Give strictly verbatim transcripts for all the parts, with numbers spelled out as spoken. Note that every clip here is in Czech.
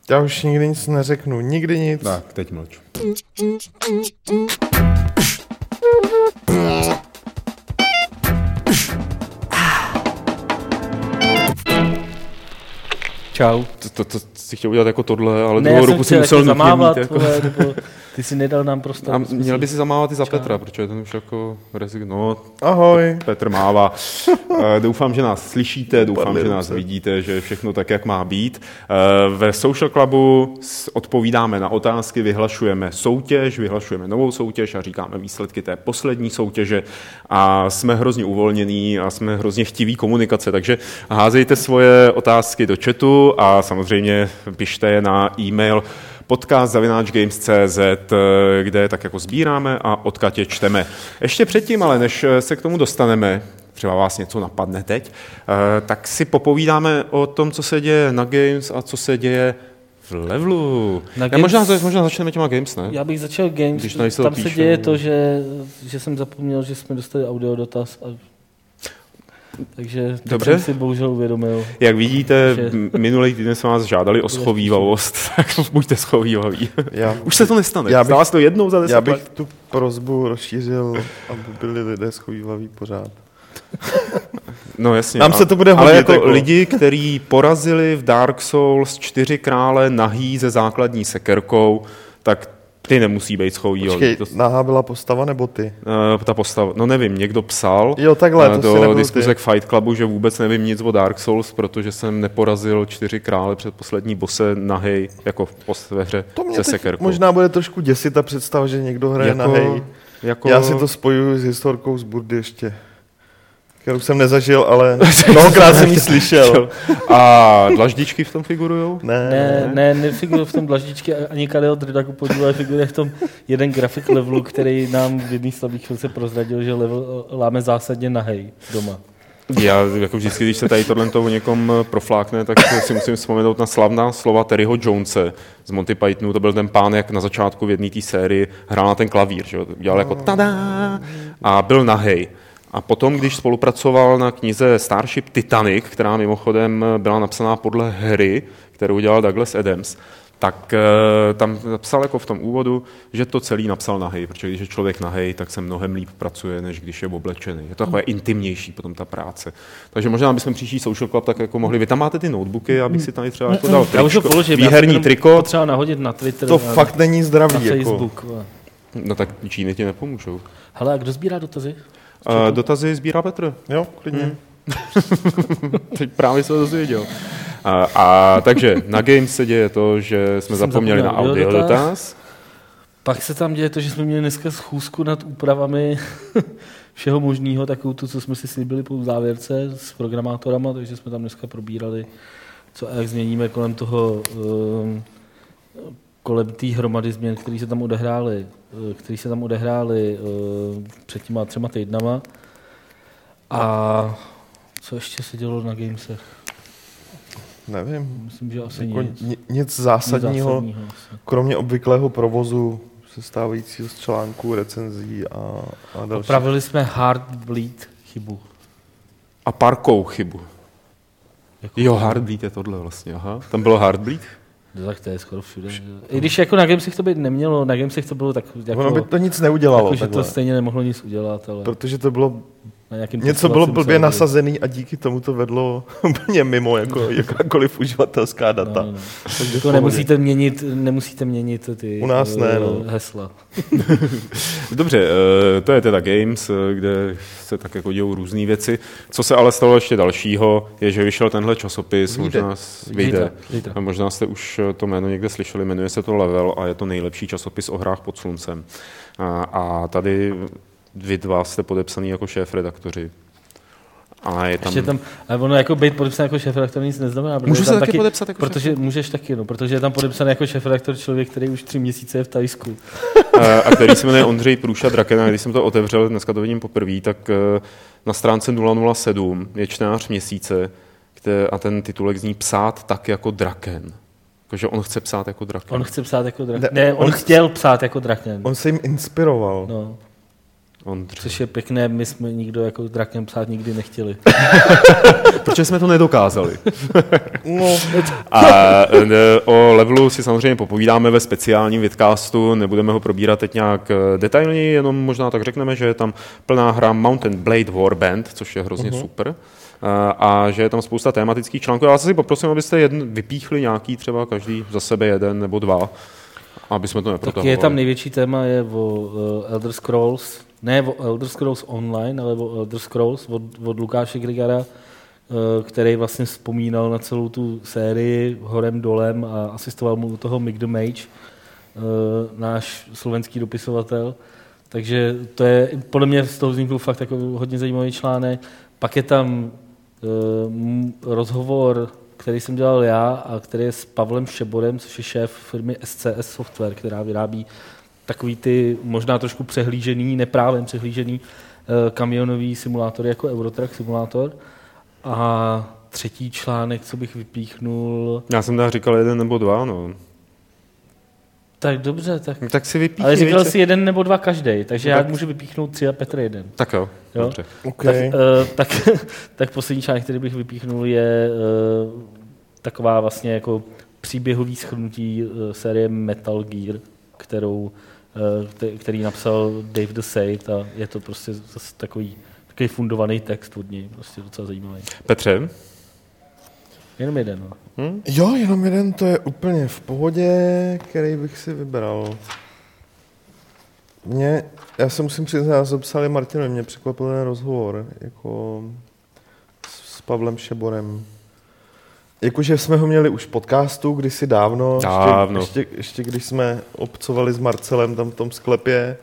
Já už nikdy nic neřeknu, nikdy nic. Tak, teď mlč. Čau. To, to, to si chtěl udělat jako tohle, ale ne, druhou ruku si musel jako zamávat, jako. Vole, nebo ty si nedal nám prostor. A měl by si zamávat i za Čau. Petra, protože ten už jako rezignoval. No, ahoj. Petr mává. Doufám, že nás slyšíte, doufám, že nás vidíte, že je všechno tak, jak má být. Ve Social Clubu odpovídáme na otázky, vyhlašujeme soutěž, vyhlašujeme novou soutěž a říkáme výsledky té poslední soutěže a jsme hrozně uvolnění a jsme hrozně chtiví komunikace, takže házejte svoje otázky do chatu a samozřejmě pište je na e-mail podcast zavináč games tečka cé zet, kde tak jako sbíráme a odkud je čteme. Ještě předtím, ale než se k tomu dostaneme, třeba vás něco napadne teď, tak si popovídáme o tom, co se děje na Games a co se děje v Levelu. Na Games, možná, možná začneme těma Games, ne? Já bych začal Games, Když tam se píšu, děje to, že, že jsem zapomněl, že jsme dostali audio dotaz a takže dobře. Jsem si bohužel uvědomil. Jak vidíte, že minulý týden jsme vás žádali o schovívavost, tak buďte schovývaví. Já, Už se to nestane. Já bych, Stává se to jednou za deset Já bych let. tu prosbu rozšířil, aby byli lidé schovývaví pořád. No jasně. Tam se to bude hodit. Ale jako, jako lidi, kteří porazili v Dark Souls čtyři krále nahý se základní sekerkou, tak ty nemusí být schovývavý. Počkej, to... nahá byla postava nebo ty? Uh, ta postava, no nevím, někdo psal jo, takhle, to uh, do diskuze k Fight Clubu, že vůbec nevím nic o Dark Souls, protože jsem neporazil čtyři krále před poslední bose nahej, jako v ve hře se sekerkou. Možná bude trošku děsit ta představa, že někdo hraje jako, nahej. Jako... Já si to spojuju s historkou z Burdy ještě. Kterou jsem nezažil, ale mnohokrát jsem ji slyšel. A dlaždičky v tom figurujou? Ne, ne, ne nefigurují v tom dlaždičky, ani Karel Drdak podíval, figuruje v tom jeden grafik levelu, který nám v jedné slabých chvilce prozradil, že level láme zásadně nahej doma. Já jako vždycky, když se tady tohle o někom proflákne, tak si musím vzpomenout na slavná slova Terryho Jonese z Monty Pythonu. To byl ten pán, jak na začátku v jedné té sérii hrál na ten klavír, že? Dělal jako tada a byl nahej. A potom, když spolupracoval na knize Starship Titanic, která mimochodem byla napsaná podle hry, kterou dělal Douglas Adams, tak e, tam napsal jako v tom úvodu, že to celý napsal nahej, protože když je člověk nahej, tak se mnohem líp pracuje, než když je oblečený. Je to takové intimnější potom ta práce. Takže možná bychom příští Social Club tak jako mohli. Vy tam máte ty notebooky, abych si tam třeba jako dal tričko, položím, výherní triko. Potřeba nahodit na Twitter. To fakt není zdravý. Na jako. Facebook. No tak Číny ti nepomůžou. Hele, a kdo sbírá dotazy? Uh, dotazy sbírá Petr. Jo, klidně. Hmm. Teď právě se to dozvěděl. A, a takže na Games se děje to, že jsme Jsem zapomněli na audio dotaz. dotaz. Pak se tam děje to, že jsme měli dneska schůzku nad úpravami všeho možného, takovou tu, co jsme si slíbili po závěrce s programátorama, takže jsme tam dneska probírali, co a jak změníme kolem toho, kolem té hromady změn, které se tam odehrály, které se tam odehrály před těma třema týdnama. A co ještě se dělo na Gamesech? Nevím. Myslím, že asi jako nic. Nic zásadního, nic zásadního kromě obvyklého provozu sestávajícího z článků, recenzí a, a další. Opravili jsme Heartbleed chybu. A parkou chybu. Jako jo, Heartbleed je tohle vlastně, aha. Tam bylo Heartbleed? No, tak to je skoro všude. I když jako na Gamesech to být nemělo, na Gamesech to bylo tak jako... Ono by to nic neudělalo. Jako, že to stejně nemohlo nic udělat, ale... Protože to bylo... Něco bylo blbě nasazený a díky tomu to vedlo úplně mimo jako jakákoliv uživatelská data. No, no. Takže to nemusíte měnit, nemusíte měnit ty U nás ne, no. hesla. Dobře, to je teda Games, kde se tak jako dějou různé věci. Co se ale stalo ještě dalšího, je, že vyšel tenhle časopis, vyjde. možná vyjde. A možná jste už to jméno někde slyšeli, jmenuje se to Level a je to nejlepší časopis o hrách pod sluncem. A, a tady vy dva jste podepsaný jako šéfredaktoři. A je tam... Ještě tam, ale ono jako být podepsaný jako šéfredaktor nic neznamená. Můžu se taky, taky podepsat jako protože šéf? Můžeš taky, no, protože je tam podepsaný jako šéfredaktor člověk, který už tři měsíce je v Tajsku. A, a který se jmenuje Ondřej Průša Draken, a když jsem to otevřel, dneska to vidím poprvé, tak na stránce nula nula sedm je čtenář měsíce které, a ten titulek zní psát tak jako draken. Takže on chce psát jako draken. On chce psát jako draken. Ne, ne on, on chtěl psát jako draken. On se jim inspiroval. No. Ondřej. Což je pěkné, my jsme nikdo jako drakem psát nikdy nechtěli. Protože jsme to nedokázali. No. A o levelu si samozřejmě popovídáme ve speciálním vidcastu, nebudeme ho probírat teď nějak detailně, jenom možná tak řekneme, že je tam plná hra Mountain Blade Warband, což je hrozně uh-huh. super. A že je tam spousta tematických článků. Já se si poprosím, abyste jeden vypíchli nějaký, třeba každý za sebe jeden nebo dva, aby jsme to neprotahovali. Tak je tam největší téma je o uh, Elder Scrolls, ne o Elder Scrolls Online, ale o Elder Scrolls od, od Lukáše Grigara, uh, který vlastně vzpomínal na celou tu sérii horem dolem a asistoval mu u toho Mick the Mage, uh, náš slovenský dopisovatel. Takže to je, podle mě z toho vznikl fakt takový hodně zajímavý článek. Pak je tam uh, rozhovor, který jsem dělal já a který je s Pavlem Šeborem, což je šéf firmy S C S Software, která vyrábí takový ty možná trošku přehlížený, neprávem přehlížený uh, kamionový simulátory jako Eurotrack simulátor. A třetí článek, co bych vypíchnul... Já jsem tam říkal jeden nebo dva, no. Tak dobře, tak... Tak si vypíchni. Ale říkal jsi jeden nebo dva každej, takže no já tak... můžu vypíchnout tři a Petr jeden. Tak jo, jo? Dobře. Okay. Tak, uh, tak, tak poslední článek, který bych vypíchnul, je uh, taková vlastně jako příběhový shrnutí uh, série Metal Gear, kterou, uh, který napsal Dave the Sate a je to prostě zase takový, takový fundovaný text od něj, prostě docela zajímavý. Petře? Jenom jeden, no. Hm? Jo, jenom jeden, to je úplně v pohodě, který bych si vybral. Mě, já se musím přiznat, já jsem psal Martinovi, mě překvapil ten rozhovor, jako s Pavlem Šeborem. Jakože jsme ho měli už v podcastu kdysi dávno, dávno. Ještě, ještě, ještě když jsme obcovali s Marcelem tam v tom sklepě.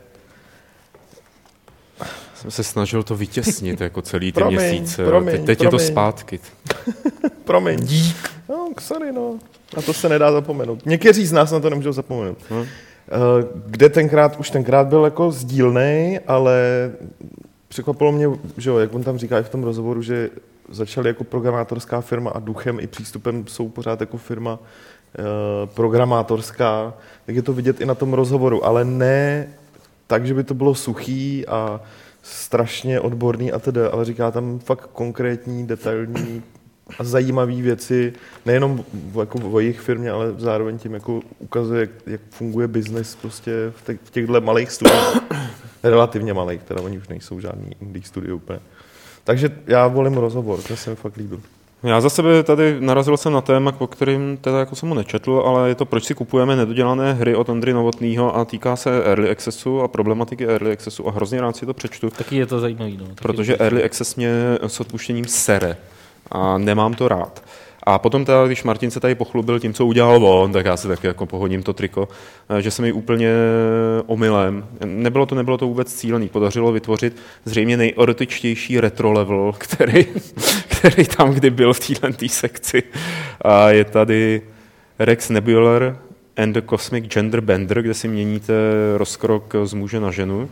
Jsem se snažil to vytěsnit jako celý ty promiň, měsíce. Promiň, teď teď promiň. je to zpátky. Promiň. Dík. No, sorry, no. Na to se nedá zapomenout. Někteří z nás na to nemůžou zapomenout. Hmm. Kde tenkrát, už tenkrát byl jako sdílnej, ale překvapilo mě, že jo, jak on tam říká i v tom rozhovoru, že začali jako programátorská firma a duchem i přístupem jsou pořád jako firma uh, programátorská, tak je to vidět i na tom rozhovoru, ale ne tak, že by to bylo suchý a strašně odborný a tedy, ale říká tam fakt konkrétní, detailní a zajímavé věci, nejenom jako o jejich firmě, ale zároveň tím jako ukazuje, jak, jak funguje biznes prostě v, te, v těchto malých studiích, relativně malých, teda oni už nejsou žádný indie studio úplně. Takže já volím rozhovor, to se mi fakt líbil. Já za sebe tady narazil jsem na téma, po kterým teda jako jsem ho nečetl, ale je to, proč si kupujeme nedodělané hry od Ondry Novotnýho a týká se Early Accessu a problematiky Early Accessu a hrozně rád si to přečtu. Taky je to zajímavý. No, protože Early Access mě s odpuštěním sere a nemám to rád. A potom teda, když Martin se tady pochlubil tím, co udělal on, tak já si taky jako pohodím to triko, že se mi úplně omylem, nebylo to, nebylo to vůbec cílený, podařilo vytvořit zřejmě nejerotičtější retro level, který, který tam kdy byl v této sekci. A je tady Rex Nebular and the Cosmic Gender Bender, kde si měníte rozkrok z muže na ženu.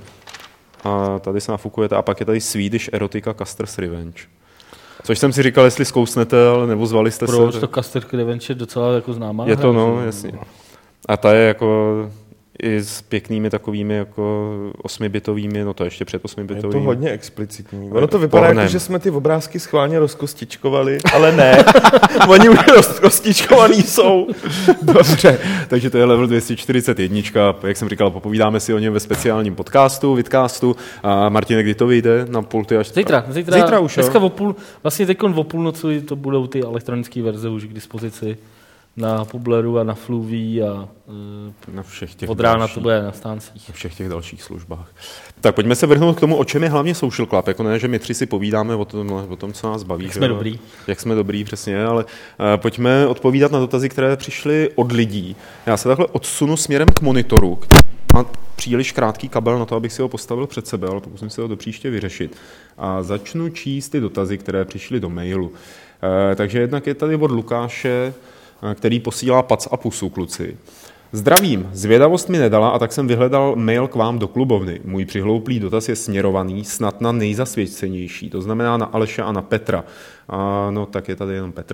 A tady se nafukujete. A pak je tady Swedish Erotica Custer's Revenge. Což jsem si říkal, jestli zkousnete, ale nebo zvali jste Proč se. Proč to Custer's Revenge je docela jako známá? Je to, no, jasně. A ta je jako i s pěknými takovými jako osmibitovými, no to ještě před osmibitovými. Je to hodně explicitní. Ono to vypadá jako, že jsme ty obrázky schválně rozkostičkovali, ale ne. Oni už rozkostičkovaný jsou. Dobře, takže to je level dvě stě čtyřicet jedna. Jak jsem říkal, popovídáme si o něm ve speciálním podcastu, vidcastu. A Martine, kdy to vyjde na pulty až... Zítra. Zítra, zítra už, dneska o půl, vlastně teď o půlnoci to budou ty elektronické verze už k dispozici. Na Publeru a na Fluví a uh, na všech těch od rána dalších, to bude na stáncích. Na všech těch dalších službách. Tak pojďme se vrhnout k tomu, o čem je hlavně Social Club. Jako ne, že my tři si povídáme o tom, o tom co nás baví. Jak jsme dobrý. Jak jsme dobrý, přesně, ale uh, pojďme odpovídat na dotazy, které přišly od lidí. Já se takhle odsunu směrem k monitoru, který má příliš krátký kabel na to, abych si ho postavil před sebe, ale pokusím se ho do příště vyřešit. A začnu číst ty dotazy, které přišly do mailu. Uh, takže jednak je tady od Lukáše, který posílá pac a pusu, kluci. Zdravím, zvědavost mi nedala a tak jsem vyhledal mail k vám do klubovny. Můj přihlouplý dotaz je směrovaný snad na nejzasvěcenější, to znamená na Aleše a na Petra. A no, tak je tady jenom Petr.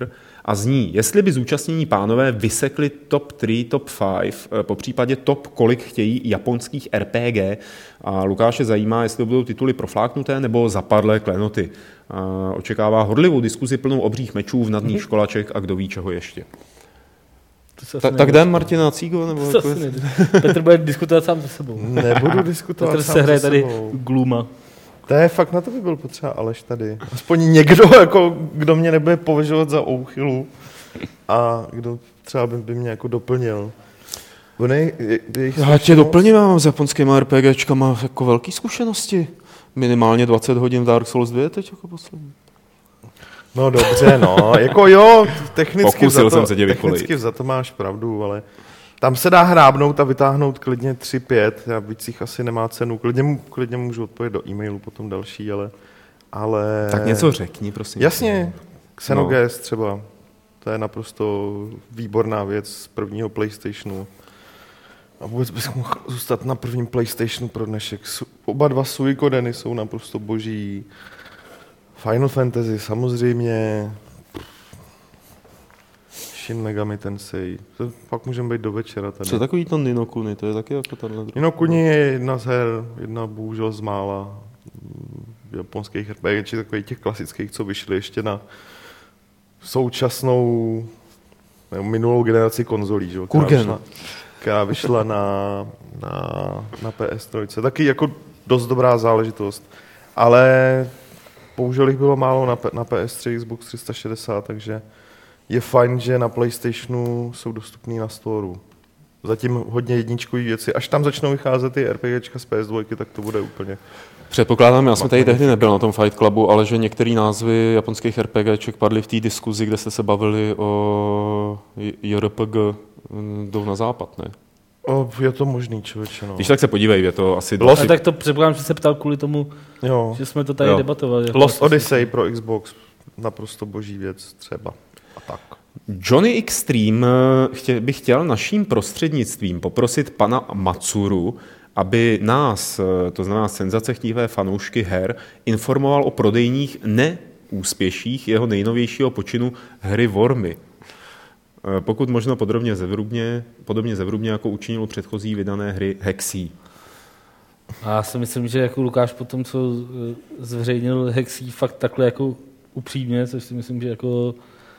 a zní, jestli by zúčastnění pánové vysekli top tři, top pět, po případě top, kolik chtějí japonských R P G. A Lukáše zajímá, jestli budou tituly profláknuté nebo zapadlé klenoty. A očekává horlivou diskuzi plnou obřích mečů, vnadných školaček a kdo ví čeho ještě. Ta, tak jdem Martina na Cígo? Nebo jako Petr bude diskutovat sám se sebou. Nebudu diskutovat Petr sám se hraje se tady sebou. Gluma. To je fakt, na to by byl potřeba Aleš tady. Aspoň někdo, jako, kdo mě nebude považovat za ouchylu a kdo třeba by, by mě jako doplnil. Nej, je, je Já tě doplním, já mám s japonskými RPGčkama jako velké zkušenosti. Minimálně dvacet hodin v Dark Souls dva teď jako poslední. No dobře, no, jako jo, technicky za, to, technicky za to máš pravdu, ale tam se dá hrábnout a vytáhnout klidně tři pět, já víc jich asi nemá cenu, klidně, klidně můžu odpovědět do e-mailu potom další, ale... ale... Tak něco řekni, prosím. Jasně, Xenogears no. třeba, to je naprosto výborná věc z prvního PlayStationu. A vůbec bys mohl zůstat na prvním PlayStationu pro dnešek. Oba dva Suikodeny jsou naprosto boží. Final Fantasy samozřejmě. Shin Megami Tensei. To pak můžeme být do večera tady. Co takový to Ni no Kuni? To je taky jako tenhle druhý. Ni no Kuni je jedna z her, jedna bohužel z mála japonských R P G, či takových těch klasických, co vyšly ještě na současnou ne, minulou generaci konzolí. Že? Kurgen. Která vyšla na, na, na P S tři. Taky jako dost dobrá záležitost. Ale bohužel jich bylo málo na, na P S tři, Xbox tři sta šedesát, takže je fajn, že na PlayStationu jsou dostupný na storu. Zatím hodně jedničkový věci. Až tam začnou vycházet ty RPGčka z P S dva, tak to bude úplně... Předpokládám, já jsem tady tehdy nebyl na tom Fight Clubu, ale že některé názvy japonských RPGček padly v té diskuzi, kde jste se bavili o J R P G, jdou na západ, ne? O, je to možný, člověče, no. Když tak se podívej, je to asi... Lost... A tak to předpokládám, že se ptal kvůli tomu, jo. že jsme to tady jo. debatovali. Lost Odyssey pro Xbox, naprosto boží věc, třeba. A tak. Johnny Extreme by chtěl naším prostřednictvím poprosit pana Matsuru, aby nás, to znamená senzacechtivé fanoušky her, informoval o prodejních neúspěších jeho nejnovějšího počinu hry Wormy. Pokud možno podrobně zevrubně, podobně zevrubně, jako učinil předchozí vydané hry Hexy. A já si myslím, že jako Lukáš potom, co zveřejnil Hexy fakt takhle jako upřímně, což si myslím, že jako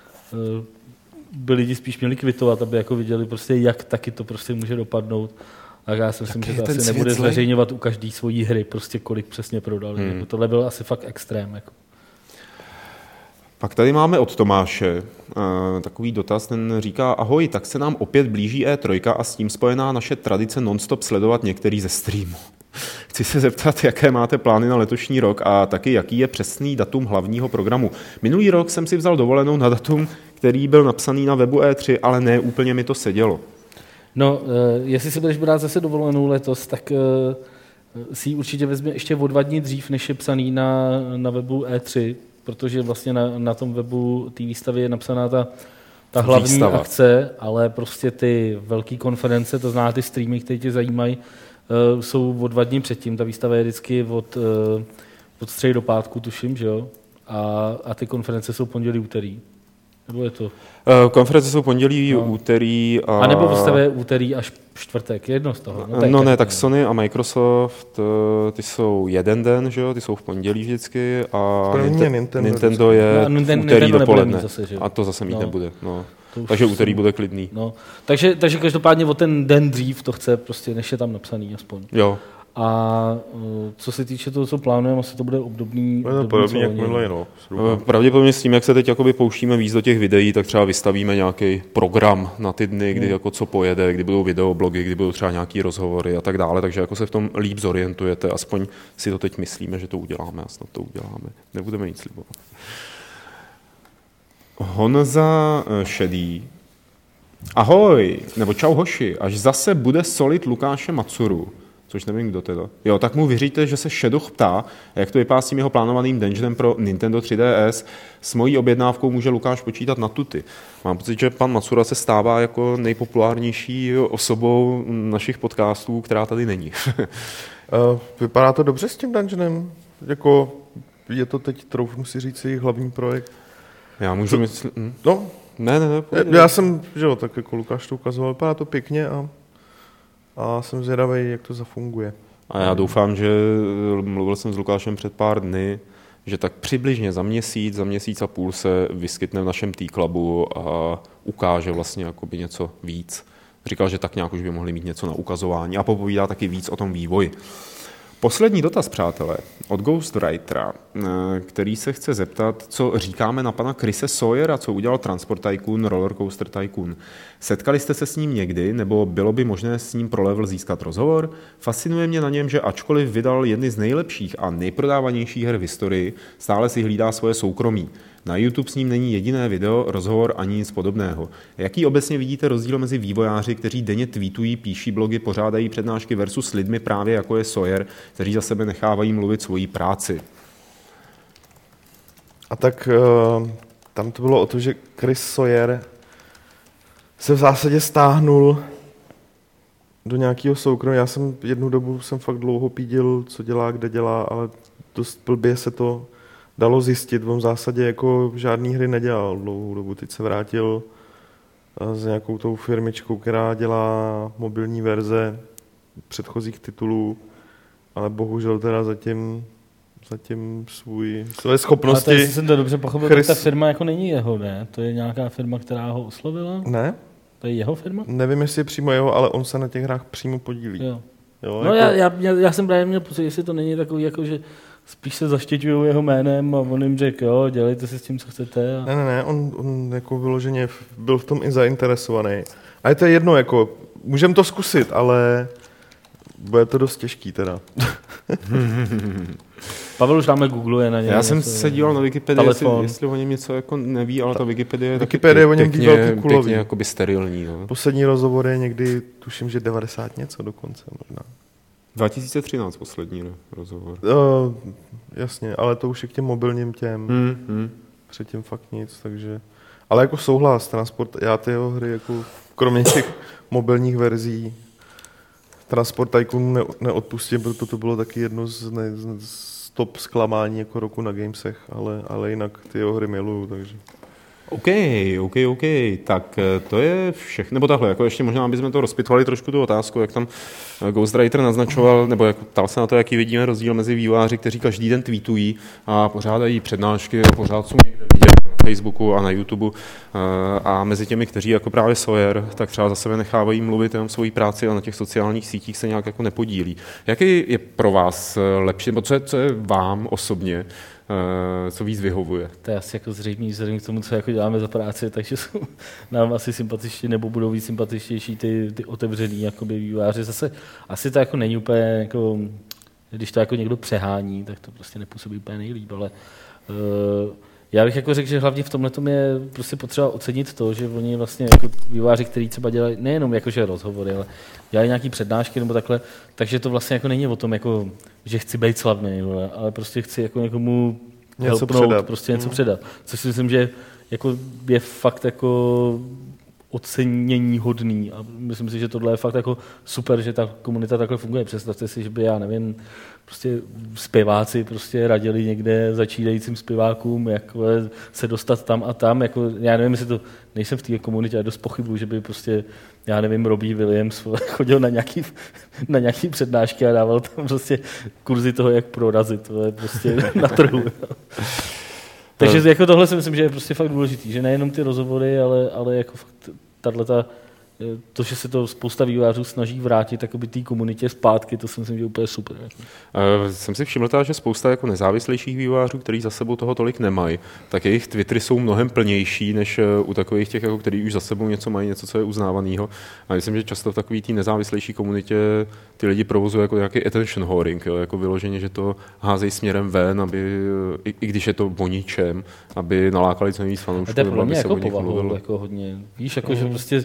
by lidi spíš měli kvitovat, aby jako viděli prostě, jak taky to prostě může dopadnout. A já si myslím, že to asi nebude zveřejňovat u každý svojí hry, prostě kolik přesně prodali. Hmm. Tohle byl asi fakt extrém. Jako. Pak tady máme od Tomáše uh, takový dotaz, ten říká, ahoj, tak se nám opět blíží E tři a s tím spojená naše tradice non-stop sledovat některý ze streamů. Chci se zeptat, jaké máte plány na letošní rok a taky jaký je přesný datum hlavního programu. Minulý rok jsem si vzal dovolenou na datum, který byl napsaný na webu E tři, ale ne úplně mi to sedělo. No, uh, jestli si budeš brát zase dovolenou letos, tak uh, si ji určitě vezme ještě o dva dní dřív, než je psaný na, na webu E tři, protože vlastně na, na tom webu té výstavy je napsaná ta, ta hlavní Výstava. akce, ale prostě ty velké konference, to znamená ty streamy, které tě zajímají, uh, jsou o dva dní předtím. Ta výstava je vždycky od, uh, od středy do pátku, tuším, že jo? A, a ty konference jsou pondělí, úterý. Nebo je to? Uh, konference jsou pondělí, no. úterý a... A nebo výstava je úterý až čtvrtek, jedno z toho. No, no ne, tak Sony a Microsoft, ty jsou jeden den, že jo, ty jsou v pondělí vždycky a Nintendo, Nintendo, Nintendo je no, úterý Nintendo dopoledne zase, že? A to zase mít no. nebude. No. Takže úterý bude klidný. No. Takže, takže každopádně o ten den dřív to chce, prostě, než je tam napsaný aspoň. Jo. A co se týče toho, co plánujeme, asi to bude obdobný. No, podobně jak minulý, no. Pravděpodobně s tím, jak se teď jakoby pouštíme víc do těch videí, tak třeba vystavíme nějaký program na ty dny, kdy hmm. jako co pojede, kdy budou videoblogy, kdy budou třeba nějaký rozhovory a tak dále, takže jako se v tom líp zorientujete, aspoň si to teď myslíme, že to uděláme a snad to uděláme. Nebudeme nic slibovat. Honza Šedý. Ahoj, nebo čau hoši, až zase bude solit Lukáše Matsuru, což nevím, kdo teda. Jo, tak mu vyříte, že se Šedoch ptá, jak to vypadá s tím jeho plánovaným dungeonem pro Nintendo tři D S. S mojí objednávkou může Lukáš počítat na tuty. Mám pocit, že pan Matsura se stává jako nejpopulárnější osobou našich podcastů, která tady není. Vypadá to dobře s tím dungeonem? Jako, je to teď, troufnu si říct, jejich hlavní projekt? Já můžu myslet... Hm? No, Ne, ne, ne. Pojde. Já jsem, že jo, tak jako Lukáš to ukazoval, vypadá to pěkně a, a jsem zvědavý, jak to zafunguje. A já doufám, že mluvil jsem s Lukášem před pár dny, že tak přibližně za měsíc, za měsíc a půl se vyskytne v našem T-Clubu a ukáže vlastně jakoby něco víc. Říkal, že tak nějak už by mohli mít něco na ukazování a popovídá taky víc o tom vývoji. Poslední dotaz, přátelé, od Ghostwritera, který se chce zeptat, co říkáme na pana Chrise Sawyera, co udělal Transport Tycoon, Roller Coaster Tycoon. Setkali jste se s ním někdy, nebo bylo by možné s ním pro level získat rozhovor? Fascinuje mě na něm, že ačkoliv vydal jedny z nejlepších a nejprodávanějších her v historii, stále si hlídá svoje soukromí. Na YouTube s ním není jediné video, rozhovor ani nic podobného. Jaký obecně vidíte rozdíl mezi vývojáři, kteří denně tweetují, píší blogy, pořádají přednášky versus lidmi právě jako je Sawyer, kteří za sebe nechávají mluvit svoji práci? A tak uh, tam to bylo o to, že Chris Sawyer se v zásadě stáhnul do nějakého soukromí. Já jsem jednu dobu jsem fakt dlouho pídil, co dělá, kde dělá, ale dost blbě se to dalo zjistit. On v zásadě jako žádný hry nedělal dlouhou dobu. Teď se vrátil s nějakou tou firmičkou, která dělá mobilní verze předchozích titulů, ale bohužel teda zatím, zatím svůj, své schopnosti... Ale to, jsem to dobře pochopil, Chris... tak ta firma jako není jeho, ne? To je nějaká firma, která ho oslovila? Ne. To je jeho firma? Nevím, jestli je přímo jeho, ale on se na těch hrách přímo podílí. Jo. Jo, no jako... já, já, já jsem právě měl pocit, jestli to není takový, jako že spíš se zaštěťujou jeho jménem a on jim řekl, jo, dělejte si s tím, co chcete. A... Ne, ne, ne, on, on jako vyloženě byl v tom i zainteresovaný. A je to jedno, jako, můžeme to zkusit, ale bude to dost těžký teda. Pavel už dáme googluje na něj. Já jsem se díval na Wikipedii, jestli, jestli o něm něco jako neví, ale ta Wikipedie je Wikipedie taky o něm pěkně, velký kulový. Pěkně jakoby sterilní. No. Poslední rozhovor je někdy, tuším, že devadesát něco dokonce možná. dva tisíce třináct poslední rozhovor. Uh, jasně, ale to už je k těm mobilním těm. Hmm, hmm. Předtím fakt nic, takže... Ale jako souhlas, Transport, já ty jeho hry, jako kromě těch mobilních verzí, Transport Tycoon ne, neodpustím, protože to bylo taky jedno z, ne, z top zklamání jako roku na Gamesech, ale, ale jinak ty jeho hry miluju, takže... OK, OK, OK, tak to je všechno, nebo takhle, jako ještě možná bychom to rozpitvali trošku tu otázku, jak tam Ghostwriter naznačoval, nebo jak ptal se na to, jaký vidíme rozdíl mezi vývojáři, kteří každý den tweetují a pořádají přednášky a pořád jsou někde vidět na Facebooku a na YouTube a mezi těmi, kteří jako právě Sawyer, tak třeba za sebe nechávají mluvit jenom svoji práci a na těch sociálních sítích se nějak jako nepodílí. Jaký je pro vás lepší, nebo co je, co je vám osobně, co víc vyhovuje? To je asi jako zřejmý vzhledem k tomu, co jako děláme za práci, takže jsou nám asi sympatičtí nebo budou víc sympatičtější ty, ty otevřený jakoby vývojáři. Zase asi to jako není úplně jako, když to jako někdo přehání, tak to prostě nepůsobí úplně nejlíp, ale uh, já bych jako řekl, že hlavně v tomhletom je prostě potřeba ocenit to, že oni vlastně jako vývojáři, kteří třeba dělají nejenom jakože rozhovory, ale dělají nějaký přednášky nebo takhle, takže to vlastně jako není o tom, jako, že chci být slavný, ale prostě chci jako někomu něco helpnout, předat. prostě něco mm. předat. Což si myslím, že jako je fakt jako ocenění hodný a myslím si, že tohle je fakt jako super, že ta komunita takhle funguje. Představte si, že by, já nevím, prostě zpěváci prostě radili někde začínajícím zpěvákům, jak se dostat tam a tam, jako, já nevím, jestli to, nejsem v té komunitě, ale dost pochybuju, že by prostě, já nevím, Robbie Williams chodil na nějaký, na nějaký přednášky a dával tam prostě kurzy toho, jak prorazit, to je prostě na trhu. Takže jako tohle si myslím, že je prostě fakt důležitý, že nejenom ty rozhovory, ale, ale jako fakt tato, to, že se to spousta vývojářů snaží vrátit té komunitě zpátky, to si myslím, že je úplně super. Uh, jsem si všiml, že spousta jako nezávislejších vývojářů, kteří za sebou toho tolik nemají, tak jejich Twittery jsou mnohem plnější, než u takových těch, jako, kteří už za sebou něco mají, něco, co je uznávaného. A myslím, že často v takové té nezávislejší komunitě ty lidi provozují jako nějaký attention whoring, jo, jako vyloženě, že to házejí směrem ven, aby, i, i když je to o ničem, aby nalákali co nejvíc fanoušků. To je pro mě jako povahou, jako hodně. Víš, jako, mm. že prostě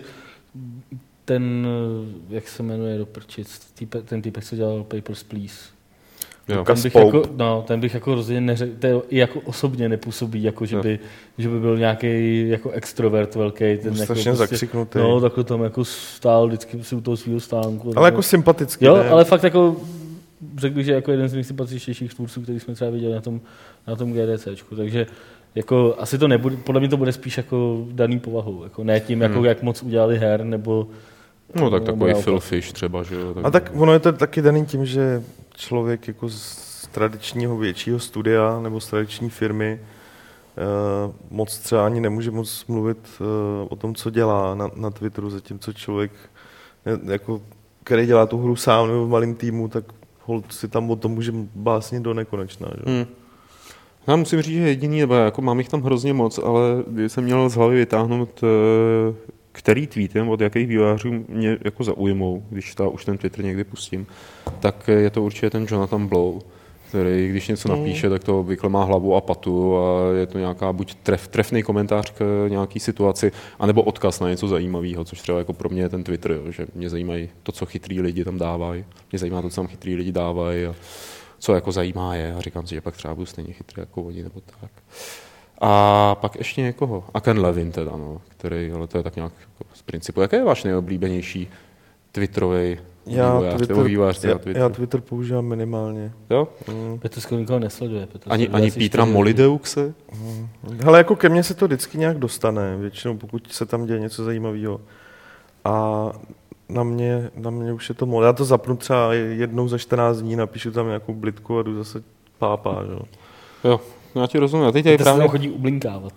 ten, jak se jmenuje do prčic, týpe, ten týpek, co dělal Papers, Please. Jo, ten, bych jako, no, ten bych jako rozhodně neřekl, to i jako osobně nepůsobí, jako že by, že by byl nějaký jako extrovert velký. Ten jako strašně prostě, zakřiknutý. No, takhle tam jako stál vždycky si u toho svého stánku. Ale jako sympatický. Jo, ne? ale fakt jako, řekl bych, že jako jeden z nejsympatičtějších tvůrců, který jsme třeba viděli na tom, na tom GDCčku. Takže jako asi to nebude, podle mě to bude spíš jako daný povahou, jako ne tím, jako hmm. jak moc udělali her, nebo... No tak takový Phil Fish třeba, že jo. Tak... A tak ono je to taky daný tím, že člověk jako z tradičního většího studia nebo z tradiční firmy uh, moc třeba ani nemůže moc mluvit uh, o tom, co dělá na, na Twitteru, zatímco člověk, jako, který dělá tu hru sám nebo v malém týmu, tak holt si tam o tom může básnit do nekonečna. Že? Hmm. Já musím říct, že jediný, nebo jako mám jich tam hrozně moc, ale když jsem měl z hlavy vytáhnout, který tweetem od jakých vývojářů mě jako zaujmou, když ta, už ten Twitter někdy pustím, tak je to určitě ten Jonathan Blow, který když něco napíše, tak to obvykle má hlavu a patu a je to nějaká buď tref, trefný komentář k nějaký situaci, anebo odkaz na něco zajímavého, což třeba jako pro mě je ten Twitter, jo, že mě zajímají to, co chytrý lidi tam dávají, mě zajímá to, co tam chytrý lidi dávají a co jako zajímá je a říkám si, že pak třeba budu stejně chytrý jako oni nebo tak. A pak ještě někoho, a Ken Levin teda, no, který, ale to je tak nějak jako z principu. Jaký je váš nejoblíbenější twitterový vývojář, Twitter, vývojář já, Twitter? Já Twitter používám minimálně. Jo? Mm. Petr skoro nikoho nesleduje. Petr ani ani Petra Molideuxe? Mm. Hele, jako ke mně se to vždycky nějak dostane, většinou pokud se tam děje něco zajímavého. A na mě, na mě už je to moc. Já to zapnu třeba jednou za čtrnáct dní, napíšu tam nějakou blitku a jdu zase pápá. Jo, jo já ti rozumím. A teď tady právě... chodí ublinkávat.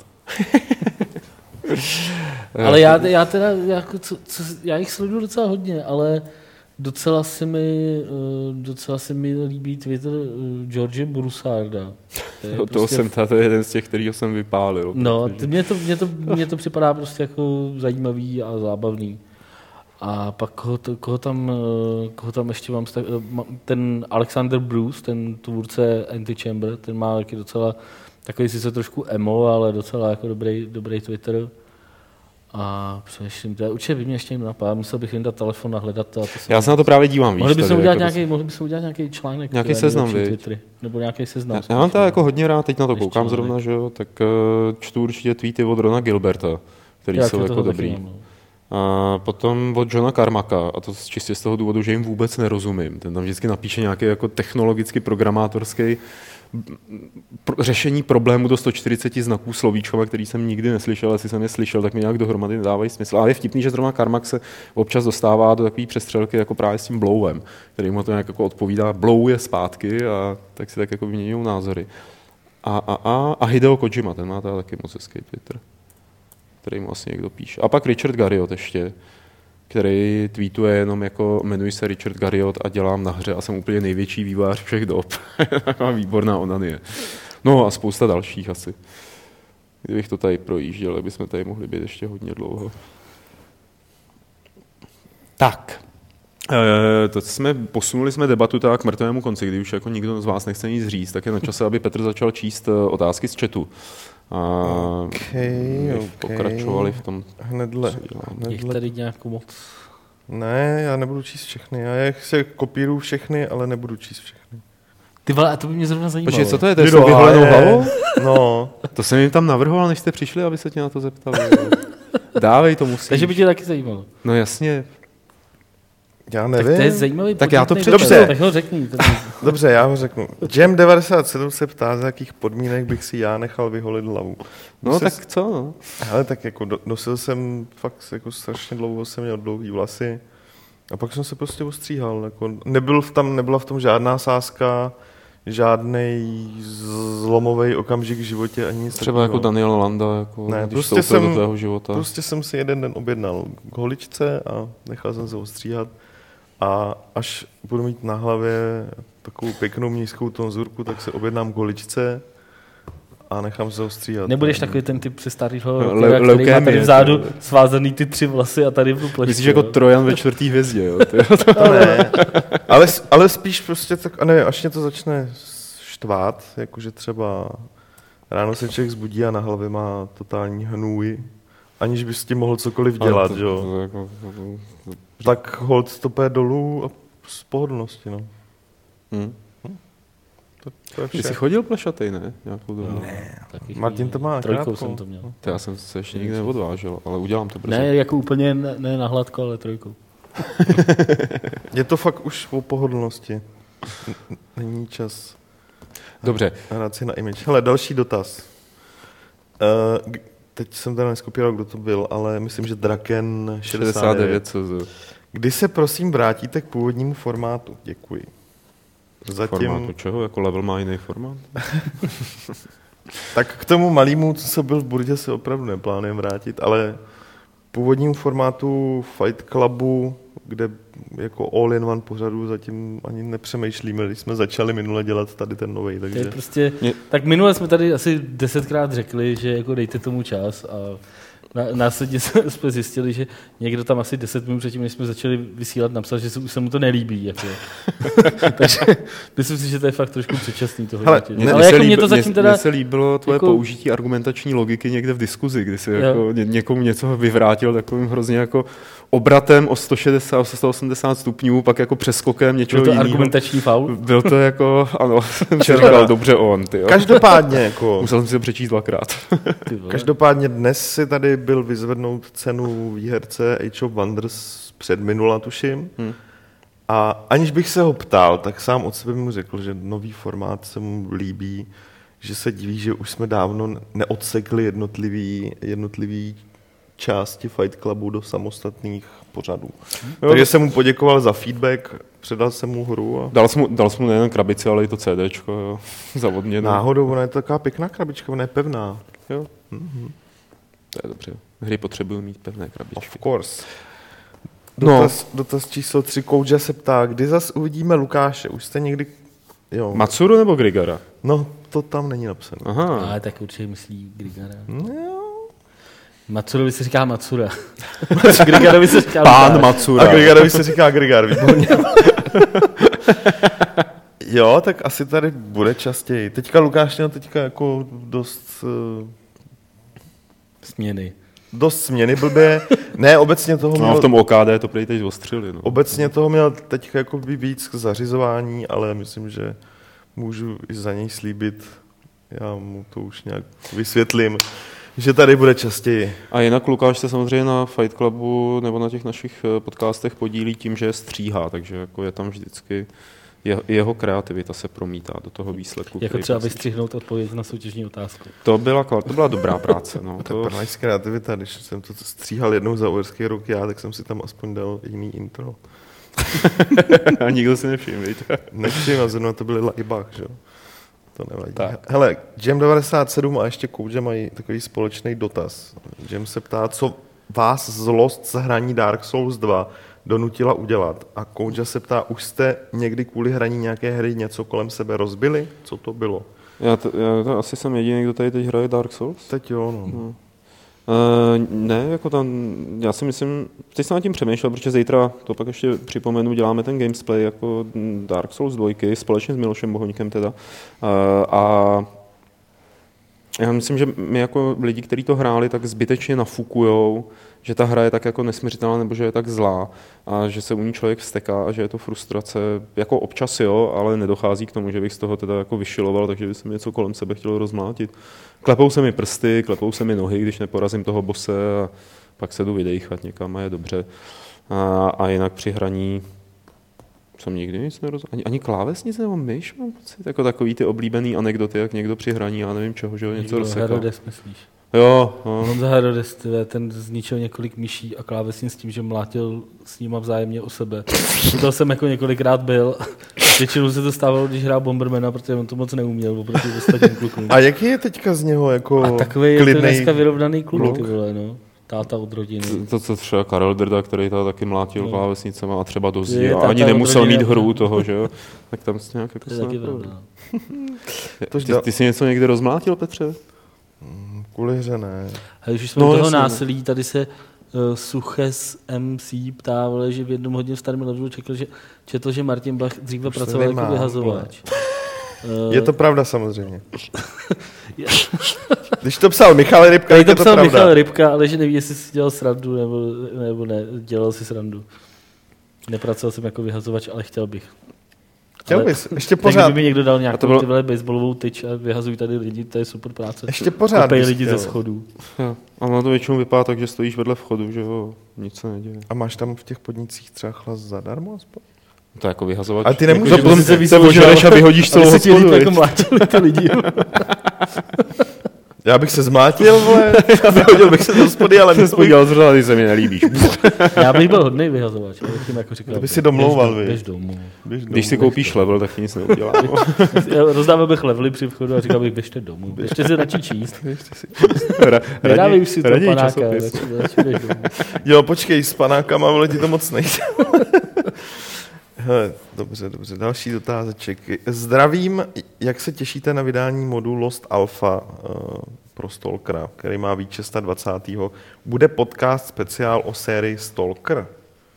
Ale já, já teda, jako, co, co, já jich sleduju docela hodně, ale docela se mi, docela se mi líbí Twitter George Broussarda. To toho prostě jsem, to je jeden z těch, kterýho jsem vypálil. No, protože... mně, to, mně, to, mně to připadá prostě jako zajímavý a zábavný. A pak koho, to, koho, tam, koho tam ještě mám, ten Alexander Bruce, ten tvůrce Antichamber, ten má taky docela takový sice trošku emo, ale docela jako dobrý, dobrý Twitter. A přemýšlím, určitě by mě ještě někdo napadá, musel bych jim dát telefon a hledat to. A to já se na to právě dívám, víš. Mohli bychom udělat, jako udělat nějaký článek. Nějaký seznam, Twittery, nebo nějaký seznam. Já, já mám to jako hodně rád, teď na to koukám zrovna, že jo, tak uh, čtu určitě tweety od Rona Gilberta, který já jsou jako dobrý. Mám, no. A potom od Johna Carmacka, a to čistě z toho důvodu, že jim vůbec nerozumím. Ten tam vždycky napíše nějaký jako technologicky programátorský řešení problému do sto čtyřicet znaků slovíčkama, který jsem nikdy neslyšel, asi jsem je slyšel, tak mi nějak dohromady nedávají smysl. Ale je vtipný, že zrovna Carmack se občas dostává do takové přestřelky jako právě s tím Blowem, který mu to nějak jako odpovídá. Blow je zpátky a tak si tak jako vyměňují názory. A, a, a, a Hideo Kojima, ten má teda taky moc hezký Twitter, který mu asi někdo píše. A pak Richard Garriott ještě, který tweetuje jenom jako jmenuji se Richard Garriott a dělám na hře a jsem úplně největší vývojář všech dob. Výborná onanie. No a spousta dalších asi. Kdybych to tady projížděl, bychom tady mohli být ještě hodně dlouho. Tak. E, to jsme, posunuli jsme debatu tak k mrtvému konci, kdy už jako nikdo z vás nechce nic říct, tak je na čase, aby Petr začal číst otázky z chatu. A okay, okay. pokračovali v tom. Hnedle. Jich tady nějakou moc. Ne, já nebudu číst všechny. Já se kopíruju všechny, ale nebudu číst všechny. Ty vole, a to by mě zrovna zajímalo. Počkej, co to je? To je s vyholenou hlavou? No. To jsem jim tam navrhoval, než jste přišli, aby se tě na to zeptali. Dávej, to musíš. Takže by tě taky zajímalo. No jasně. Já nevím. Tak to je zajímavý. Tak já to přečtu. Dobře. Tak ho řekni. Dobře, já ho řeknu. Jam devadesát sedm se ptá, za jakých podmínek bych si já nechal vyholit hlavu. No Musel tak co? No? Ale tak jako do, nosil jsem fakt jako strašně dlouho, jsem měl dlouhý vlasy a pak jsem se prostě ostříhal. Jako nebyl v tam, nebyla v tom žádná sázka, žádnej zlomový okamžik v životě ani nic. Třeba jako Daniel Landa, jako ne, když prostě jsem, do tvého života. Prostě jsem si jeden den objednal k holičce a nechal jsem se ostříhat. A až budu mít na hlavě takovou pěknou nízkou tonzurku, tak se objednám k holičce a nechám se ostříhat. Nebudeš takový ten typ přestarýho, Le- který má tady vzadu svázaný ty tři vlasy a tady v plešti. Myslíš jako Trojan ve čtvrtý hvězdě, jo? No ne, ale, ale spíš prostě tak, a ne, až mě to začne štvát, jakože třeba ráno se člověk zbudí a na hlavě má totální hnůj, aniž by s tím mohl cokoliv dělat, to, jo. To, jako, tak hold to půjde dolů a z pohodlnosti, no. Hmm. Hm? To, to je vše. Ty jsi chodil plešatej, ne? Nějakou dobu? Ne, Martin to má trojkou jsem to měl. To já jsem se ještě nikdy neodvážel, ale udělám to brzy. Ne, jako úplně ne, ne na hladko, ale trojkou. Je to fakt už o pohodlnosti. Není čas. Dobře. Hrát si na image. Hele, další dotaz. Uh, teď jsem teda neskopíral, kdo to byl, ale myslím, že Draken šedesát devět. šedesát devět C Z. Kdy se prosím vrátíte k původnímu formátu? Děkuji. Zatím... Formátu čeho? Jako Level má jiný formát? Tak k tomu malému, co se byl v Burdě, se opravdu neplánujeme vrátit, ale původnímu formátu Fight Clubu, kde jako all-in-one pořadu zatím ani nepřemýšlíme, když jsme začali minule dělat tady ten novej. Takže... To je prostě, tak minule jsme tady asi desetkrát řekli, že jako dejte tomu čas a následně jsme zjistili, že někdo tam asi deset minut předtím, než jsme začali vysílat, napsal, že se, už se mu to nelíbí. Jako. Takže myslím si, že to je fakt trošku předčasný toho. Hele, ne, ale jako mě to zatím teda... Mně se líbilo tvoje jako... použití argumentační logiky někde v diskuzi, kdy jsi jako někomu něco vyvrátil takovým hrozně jako obratem o sto šedesát, o sto osmdesát stupňů, pak jako přeskokem něčeho jiného. Byl to argumentační faul? Byl to jako, ano, jsem říkal, dobře on. Ty, jo. Každopádně jako... Musel jsem si to přečíst dvakrát. Každopádně dnes si tady byl vyzvednout cenu výherce Age of Wonders před minula, tuším. Hmm. A aniž bych se ho ptal, tak sám od sebe mu řekl, že nový formát se mu líbí, že se diví, že už jsme dávno neodsekli jednotlivý, jednotlivý části Fight Clubu do samostatných pořadů. Jo, takže jsem mu poděkoval za feedback, předal jsem mu hru. A... Dal jsem mu, dal jsem mu nejen krabici, ale i to CDčko, jo, za odměnu. Náhodou, ona je taková pěkná krabička, ona je pevná. Jo. Mm-hmm. To je dobře. Hry potřebují mít pevné krabičky. Of course. Dotaz, no. dotaz číslo tři. Kouja se ptá, kdy zas uvidíme Lukáše? Už jste někdy... Jo. Matsuru nebo Grigara? No, to tam není napsané. Aha. Ale tak určitě myslí Grigara. No. Matsurovi se říká Matsura. Grigarovi se říká Pán Lukáš. Matsura. A Grigarovi se říká Grigar, výborně. Jo, tak asi tady bude častěji. Teďka Lukáš měl teďka jako dost... Uh, Směny. Dost směny blbě. Ne, obecně toho měl... No, v tom O K D to prý teď ostřili. No. Obecně toho měl teďka jako víc k zařizování, ale myslím, že můžu i za něj slíbit, já mu to už nějak vysvětlím, že tady bude častěji. A jinak Lukáš se samozřejmě na Fight Clubu nebo na těch našich podcastech podílí tím, že je stříhá, takže jako je tam vždycky je, jeho kreativita se promítá do toho výsledku. Jako třeba vystřihnout odpověď na soutěžní otázku. To byla, to byla dobrá práce. No. To je nice kreativita, když jsem to stříhal jednou za uherský rok já, tak jsem si tam aspoň dal jiný intro. A nikdo si nevšiml, víte? Nevšiml, a zrovna to byly Laibach, že jo? To nevadí. Tak. Hele, Jam devadesát sedm a ještě Kouja mají takový společný dotaz. Jam se ptá, co vás zlost z hraní Dark Souls dva donutila udělat. A Kouja se ptá, už jste někdy kvůli hraní nějaké hry něco kolem sebe rozbili? Co to bylo? Já to, já to asi jsem jediný, kdo tady teď hraje Dark Souls. Teď jo, no. no. Uh, ne, jako tam, já si myslím, teď jsem nad tím přemýšlel, protože zítra, to pak ještě připomenu, děláme ten gamesplay jako Dark Souls dva, společně s Milošem Bohoníkem teda. Uh, a já myslím, že my jako lidi, kteří to hráli, tak zbytečně nafukujou, že ta hra je tak jako nesměřitelná nebo že je tak zlá a že se u ní člověk vzteká a že je to frustrace. Jako občas jo, ale nedochází k tomu, že bych z toho teda jako vyšiloval, takže by se mi něco kolem sebe chtělo rozmlátit. Klepou se mi prsty, klepou se mi nohy, když neporazím toho bose a pak se jdu vydejchat někam a je dobře. A, a jinak při hraní jsem nikdy nic nerozumil. Ani, ani klávesnice nebo myš mám pocit. Jako takový ty oblíbený anekdoty, jak někdo při hraní, já nevím čeho, že ho něco rozsekal. Herodes, myslíš? Jo. No. Honza Herodes, ten zničil několik myší a klávesnic s tím, že mlátil s nima vzájemně o sebe. To jsem jako několikrát byl. Většinou se to stávalo, když hrál Bombermana, protože on to moc neuměl oproti ostatním klukům. A jaký je teďka z něho jako klidnej... A takový je to dneska vyrovnaný kluk, ty vole, no. Táta od rodiny. To, co třeba Karel Drda, který tady taky mlátil no. klávesnicema a třeba dozí a ani nemusel mít hru toho, že jo? Tak tam s nějak jako to je taky pravda. Ty, ty jsi něco někdy rozmlátil, Petře? Kvůli hře ne. A když jsme no, toho násilí, tady se uh, Suches M C ptá, vole, že v jednom hodně starém levelu čekl, že, četl, že Martin Bach dříve Už pracoval jako vyhazovač. Uh, je to pravda samozřejmě. Když to psal Michal Rybka, je to, to psal pravda. Michal Rybka, ale že neví, jestli si dělal srandu nebo, nebo ne, dělal si srandu. Nepracoval jsem jako vyhazovač, ale chtěl bych. Chtěl bys, ještě pořád. Kdyby mi někdo dal nějakou bylo... tyhle baseballovou tyč a vyhazují tady lidi, to je super práce. Ještě pořád Kopej lidi ze schodů. Jo. A ono to většinou vypadá tak, že stojíš vedle vchodu, že jo, nic se neděje. A máš tam v těch podnicích třeba chlas zadarmo aspoň? To jako vyhazovač. Ale ty nemůžeš, jako, potom se, se ožereš a vyhodíš celou hospodu. Jako mlátili ty lidi. Já bych se zmátil, vole, vyhodil bych se do spody, ale jsem spodíval zrovna, ty se mi nelíbíš. Já bych byl hodnej vyhazovač, abych jim jako říkal. To by si domlouval, vy. Běž domů. Když si koupíš level, tak ti nic neudělá. Rozdával bych levely při vchodu a říkal bych, běžte domů. Běžte si radši číst. Raději už si to panáka. Jo, počkej, s panákama, vole, ti to moc nejde. Hele, dobře, dobře. Další dotázeček. Zdravím, jak se těšíte na vydání modu Lost Alpha uh, pro Stalkera, který má být dvacátého šestého Bude podcast speciál o sérii Stalker?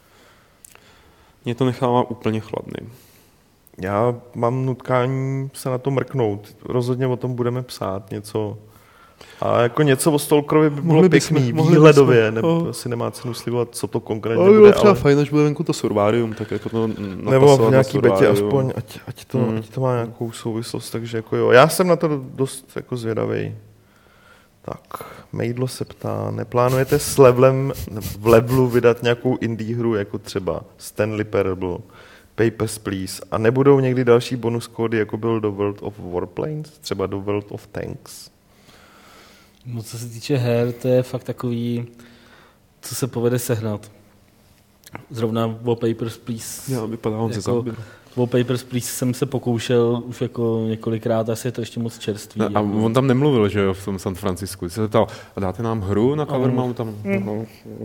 Mě to nechává úplně chladný. Já mám nutkání se na to mrknout. Rozhodně o tom budeme psát něco. A jako něco o Stalkerovi by bylo mohli pěkný, bychom, výhledově, nebo oh. asi nemá cenu slibovat, co to konkrétně ale bude. Třeba ale fajn, až bude venku to Survarium, tak jako to nebo v nějaký betě aspoň, ať, ať, to, hmm. ať to má nějakou souvislost, takže jako jo. Já jsem na to dost jako zvědavej. Tak, Mejdlo se ptá, neplánujete s levelem, v levelu vydat nějakou indie hru, jako třeba Stanley Parable, Papers, Please, a nebudou někdy další bonus kódy, jako byl do World of Warplanes, třeba do World of Tanks? No, co se týče her, to je fakt takový, co se povede sehnat. Zrovna Wallpapers, Please. Já vypadám ze záběru. Wallpapers, Please jsem se pokoušel už jako několikrát, asi je to ještě moc čerstvý. A jako. On tam nemluvil, že jo, v tom San Francisku. Jsi se ptal, a dáte nám hru na cover, mám tam... Mm.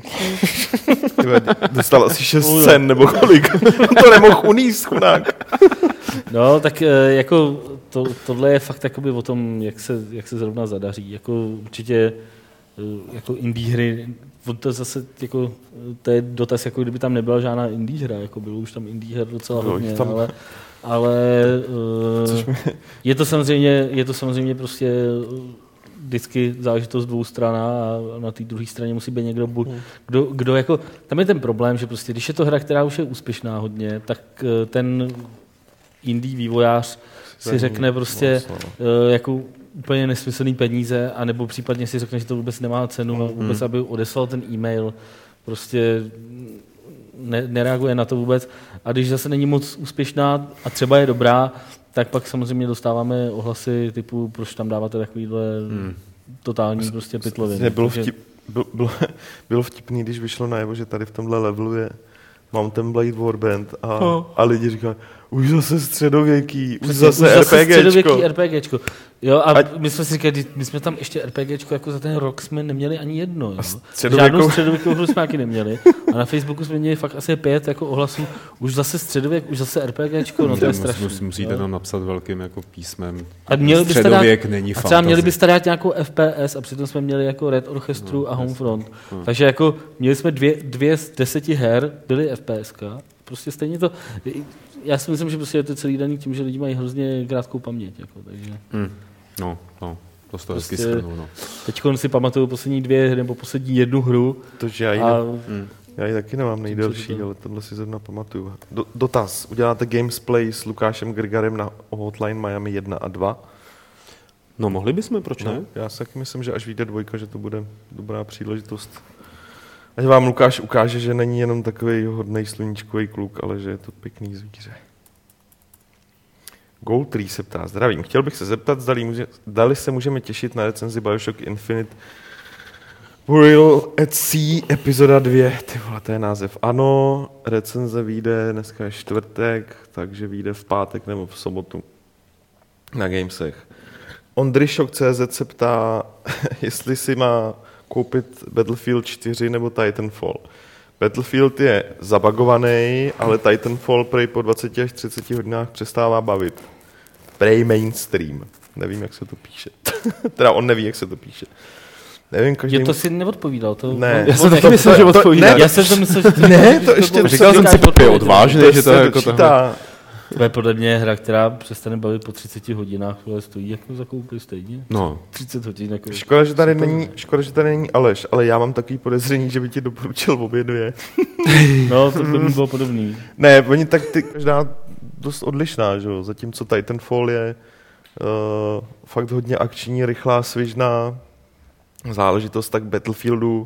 Dostal asi šest cen, nebo kolik. To nemohl uníst, chudák. No, tak jako to, tohle je fakt jakoby o tom, jak se, jak se zrovna zadaří. Jako určitě jako indie hry, to zase jako, to je dotaz, jako kdyby tam nebyla žádná indie hra, jako bylo už tam indie her docela no, hodně, tam... ale, ale uh, je to samozřejmě, je to samozřejmě prostě vždycky záležitost dvou stran a na té druhé straně musí být někdo, kdo, kdo jako, tam je ten problém, že prostě, když je to hra, která už je úspěšná hodně, tak ten indie vývojář si řekne prostě uh, jako úplně nesmyslný peníze, anebo případně si řekne, že to vůbec nemá cenu a vůbec, aby odeslal ten e-mail, prostě ne, nereaguje na to vůbec. A když zase není moc úspěšná a třeba je dobrá, tak pak samozřejmě dostáváme ohlasy typu, proč tam dáváte takovýhle hmm. totální prostě pytloviny. Bylo, vtip, bylo, bylo, bylo vtipný, když vyšlo najevo, že tady v tomhle levelu je Mountain Blade Warband a, oh. a lidi říkají, už zase středověký, už zase, už zase RPGčko. středověký RPGčko. Jo, a, a my jsme si říkali, my jsme tam ještě RPGčko, jako za ten rok jsme neměli ani jedno. Jo. Středověkou... Žádnou středověkou hru jsme taky neměli. A na Facebooku jsme měli fakt asi pět jako ohlasů, už zase středověk, už zase RPGčko, no to je strašný. Mus, musíte tam napsat velkým jako písmem. A měli středověk dát, není fantasy. A třeba měli byste dát nějakou F P S a přitom jsme měli jako Red Orchestru no, a Homefront. No. Takže jako měli jsme dvě, dvě z deseti her, byly FPSka. Prostě stejně to... Já si myslím, že prostě je to celý daný tím, že lidi mají hrozně krátkou paměť. Jako, takže... Mm. No, no, to z toho prostě hezky skrnu, no. Teďkon si pamatuju poslední dvě nebo poslední jednu hru. To, že já ji, a... ne... já ji taky nemám nejdelší, ale tohle si zrovna pamatuju. Do, dotaz. Uděláte gamesplay s Lukášem Grgarem na Hotline Miami jedna a dva? No, mohli bychom, proč ne? No, já si taky myslím, že až vyjde dvojka, že to bude dobrá příležitost. Ať vám Lukáš ukáže, že není jenom takový hodnej sluníčkový kluk, ale že je to pěkný zvíře. Gold tři se ptá, zdravím. Chtěl bych se zeptat, zdali, může, zdali se můžeme těšit na recenzi Bioshock Infinite Burial at Sea epizoda dvě. Ty vole, to je název. Ano, recenze vyjde, dneska je čtvrtek, takže vyjde v pátek nebo v sobotu na Gamesech. Ondryšok tečka cé zet se ptá, jestli si má koupit Battlefield čtyři nebo Titanfall. Battlefield je zabagovaný, ale Titanfall prej po dvaceti až třiceti hodinách přestává bavit. Prej mainstream. Nevím, jak se to píše. Teda on neví, jak se to píše. Nevím, každý... Je to si neodpovídal. To... Ne. Já jsem to myslel, že odpovídá. Já jsem to myslel, že to... Ne, to ještě... Říkal jsem si, že je odvážný, že to je jako tohle. To je podle mě hra, která přestane bavit po třiceti hodinách, ale stojí jako za koupy stejně. No. třicet hodin. Jako škoda, že tady není, škoda, že tady není Aleš, ale já mám takový podezření, že by ti doporučil obě dvě. No, to by mi bylo podobný. Ne, oni tak ty každá dost odlišná, že jo. Zatímco Titanfall je uh, fakt hodně akční, rychlá, svižná záležitost, tak Battlefieldu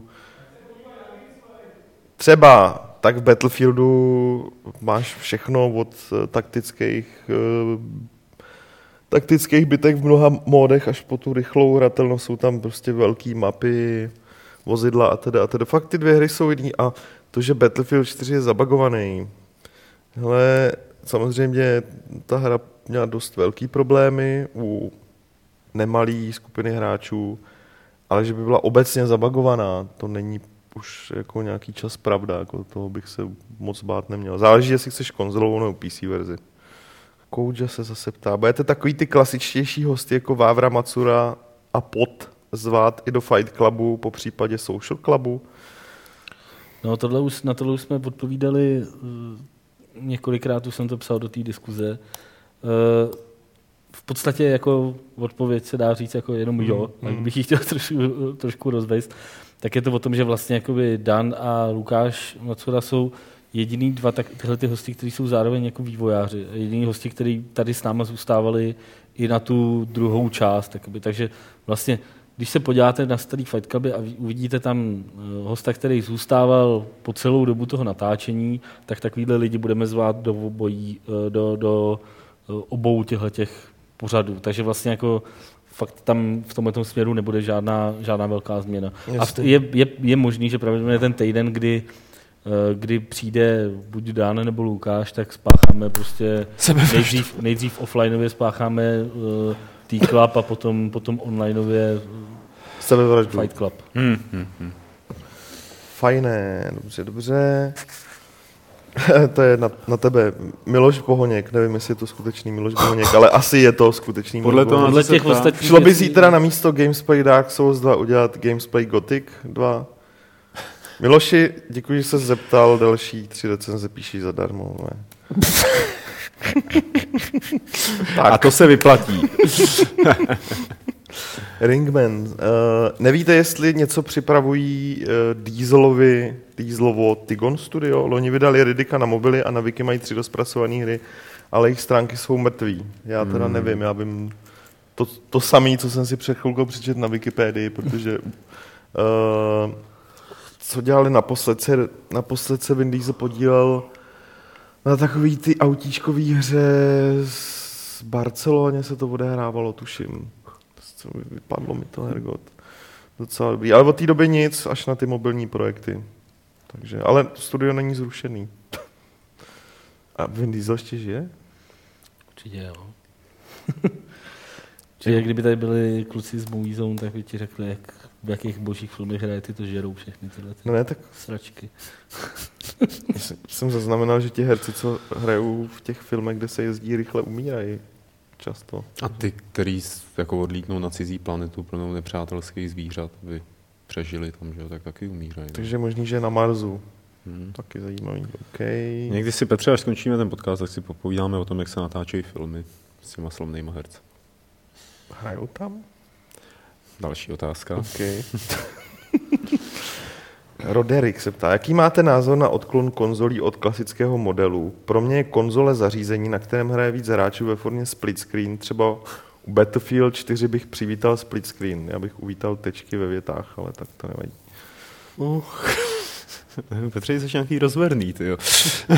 třeba tak v Battlefieldu máš všechno od taktických taktických bitek v mnoha módech až po tu rychlou hratelnost. Jsou tam prostě velký mapy, vozidla a teda a teda. Fakt ty dvě hry jsou jiný a to, že Battlefield čtyři je zabagovaný. Hele, samozřejmě ta hra měla dost velký problémy u nemalý skupiny hráčů, ale že by byla obecně zabagovaná, to není už jako nějaký čas pravda, jako toho bych se moc bát neměl. Záleží, jestli chceš konzolovou nebo P C verzi. Kouja se zase ptá, budete takový ty klasičtější hosti jako Vávra, Macura a Pot zvát i do Fight Clubu, po případě Social Clubu? No tohle už, na tohle už jsme odpovídali, několikrát už jsem to psal do té diskuze. V podstatě jako odpověď se dá říct jako jenom jo, mm, mm. bych ji chtěl trošku, trošku rozvést. Tak je to o tom, že vlastně jakoby Dan a Lukáš Macura jsou jediný dva tak, tyhle ty hosti, kteří jsou zároveň jako vývojáři. Jediný hosti, kteří tady s náma zůstávali i na tu druhou část. Takoby. Takže vlastně, když se podíváte na starý Fight Cluby a uvidíte tam hosta, který zůstával po celou dobu toho natáčení, tak takovýhle lidi budeme zvát do obojí, do, do obou těch pořadů. Takže vlastně jako fakt tam v tomto směru nebude žádná, žádná velká změna. Jestli. A je, je, je možný, že pravděpodobně ten týden, kdy, kdy přijde buď Dan nebo Lukáš, tak spácháme prostě nejdřív, nejdřív offlineově spácháme uh, T-Club a potom, potom onlineově uh, Fight Club. Hmm, hmm, hmm. Fajné, dobře, dobře. To je na, na tebe. Miloš Bohoněk, nevím, jestli je to skutečný Miloš Bohoněk, ale asi je to skutečný Podle Miloš toho, Bohoněk. těch ostatních Šlo by zítra na místo Gamesplay Dark Souls dva udělat Gamesplay Gothic dva? Miloši, děkuji, že se zeptal, další tři recenze píší zadarmo. A to se vyplatí. Ringman, uh, nevíte, jestli něco připravují uh, Dieselovi, Dieselovo Tygon Studio? Loni vydali Ridicka na mobily a na Wiki mají tři dospracované hry, ale jejich stránky jsou mrtví. Já teda hmm. nevím, já vím to, to samé, co jsem si před chvilkou přečet na Wikipedii, protože uh, co dělali naposled se, naposled se Vin Diesel podílel na takový ty autíčkový hře z Barceloně se to odehrávalo, tuším. Vypadlo mi to, hergot. Docela dobrý. Ale od té doby nic, až na ty mobilní projekty. Takže, ale studio není zrušený. A Vin Diesel ještě žije? Určitě jo. Čiže kdyby tady byli kluci z Movie Zone, tak by ti řekli, jak, v jakých božích filmech hraje, ty to žerou všechny tyhle ty no ne, tak... sračky. Jsem zaznamenal, že ti herci, co hrajou v těch filmech, kde se jezdí, rychle umírají. Často. A ty, který jako odlítnou na cizí planetu plnou nepřátelských zvířat, by přežili tam, že jo, tak taky umírají. Takže je možný, že je na Marsu. Hmm. Taky zajímavý. Okay. Někdy si, Petře, až skončíme ten podcast, tak si popovídáme o tom, jak se natáčejí filmy s těma slavnýma herci. Hrajou tam? Další otázka. Okay. Roderick se ptá, jaký máte názor na odklon konzolí od klasického modelu? Pro mě je konzole zařízení, na kterém hraje víc hráčů ve formě split screen. Třeba u Battlefield čtyři bych přivítal split screen. Já bych uvítal tečky ve větách, ale tak to nevadí. Uh. Petře, jsi nějaký rozverný, ty jo.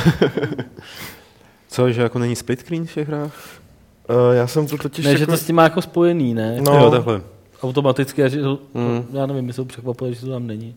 Co, že jako není split screen v těch hrách? Uh, já jsem to totiž... Ne, jako... že to s tím má jako spojený, ne? No, jo, takhle. Automaticky, že to, mm. já nevím, mě se překvapuje, že to tam není.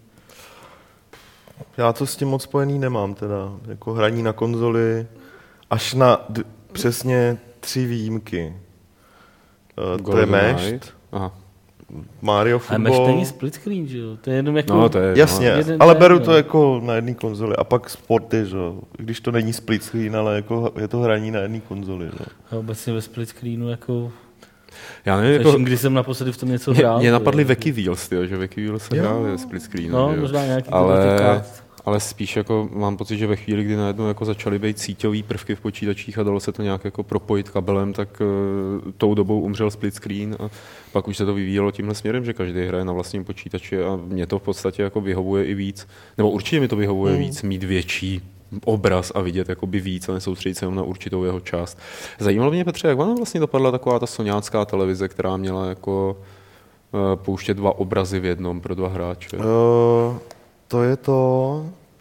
Já to s tím moc spojený nemám teda, jako hraní na konzoli až na d- přesně tři výjimky. Uh, to je Mesht, Mario Football. Ale Mesht není split screen, že jo? To je jenom jako... No, to je, jasně, no. jeden, ale beru to jako na jedné konzoli a pak sporty, že jo? Když to není split screen, ale jako je to hraní na jedné konzoli. No. A obecně ve split screenu jako... Já nevím, jako... Když jsem naposledy v tom něco hrál. Mě napadly Wacky Wheels, tyjo, že Wacky Wheels se hrál ve split screenu. No, možná nějaký ale, ale spíš jako mám pocit, že ve chvíli, kdy najednou jako začaly být síťový prvky v počítačích a dalo se to nějak jako propojit kabelem, tak uh, tou dobou umřel split screen a pak už se to vyvíjelo tímhle směrem, že každý hraje na vlastním počítači a mě to v podstatě jako vyhovuje i víc, nebo určitě mi to vyhovuje mm. víc mít větší obraz a vidět jakoby víc a nesoustředit se jenom na určitou jeho část. Zajímalo mě, Petře, jak ona vlastně dopadla taková ta soňácká televize, která měla jako uh, pouštět dva obrazy v jednom pro dva hráče? Uh, to je to...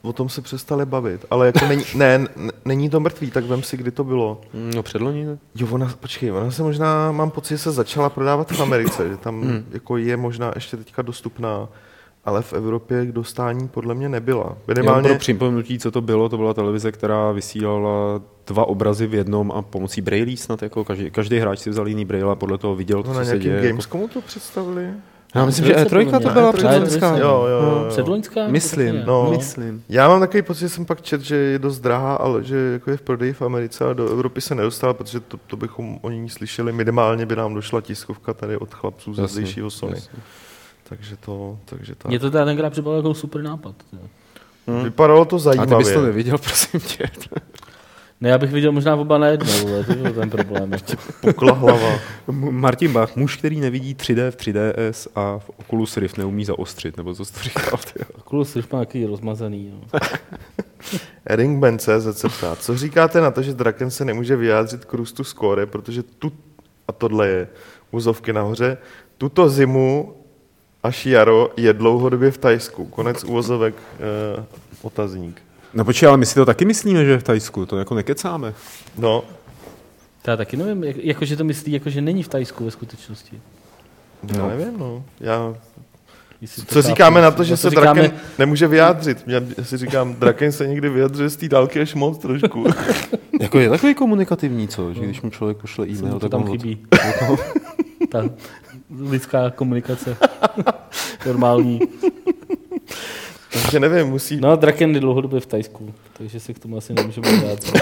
o tom se přestali bavit, ale jako není, ne, n- není to mrtvý, tak vem si, kdy to bylo. No předloni, ne? Jo, ona, počkej, ona se možná, mám pocit, že se začala prodávat v Americe, že tam hmm. jako je možná ještě teďka dostupná, ale v Evropě k dostání podle mě nebyla. Minimálně... Pro připomenutí, co to bylo, to byla televize, která vysílala dva obrazy v jednom a pomocí brailí snad, jako každý, každý hráč si vzal jiný braille a podle toho viděl, no, co se děje. Na nějakým Gamescomu to představili? Já myslím, že E tři to byla předloňská. Jo, jo, jo. Předloňská? Myslím, no. myslím. Já mám takový pocit, že jsem pak čet, že je dost drahá, ale že jako je v prodeji v Americe a do Evropy se nedostala, protože to, to bychom o ní slyšeli. Minimálně by nám došla tiskovka tady od chlapců ze zdejšího Sony. Jasně. Takže to, takže tak. Mě to teda tenkrát připadalo jako super nápad. Hmm. Vypadalo to zajímavě. A ty bys to neviděl, prosím tě. Ne, já bych viděl možná oba najednou, ale to byl ten problém. Pukla hlava. Martin Bach, muž, který nevidí tři dé v tři D S a v Oculus Rift neumí zaostřit, nebo co jsi to říkal? Oculus Rift má takový rozmazaný. No. Ringman tečka cé zet se ptá, co říkáte na to, že Draken se nemůže vyjádřit k růstu skóre, protože tu, a tohle je úzovky nahoře, tuto zimu až jaro je dlouhodobě v Thajsku. Konec úvozovek eh, otazník. No počkej, ale my si to taky myslíme, že je v Thajsku, to jako nekecáme. No. Já taky nevím, jak, jakože to myslí, jakože není v Thajsku ve skutečnosti. Já no. nevím, no. Já... Co chápu, říkáme na to, že se říkáme... Draken nemůže vyjádřit? Já si říkám, Draken se někdy vyjadřuje z té dálky až moc trošku. Jako je takový komunikativní, co? Že když mu člověk pošle e-mail, tak tam on chybí. Ta lidská komunikace. Normální. Takže nevím, musí... No, Draken je dlouhodobě v Thajsku, takže se k tomu asi nemůžeme vyjádřit.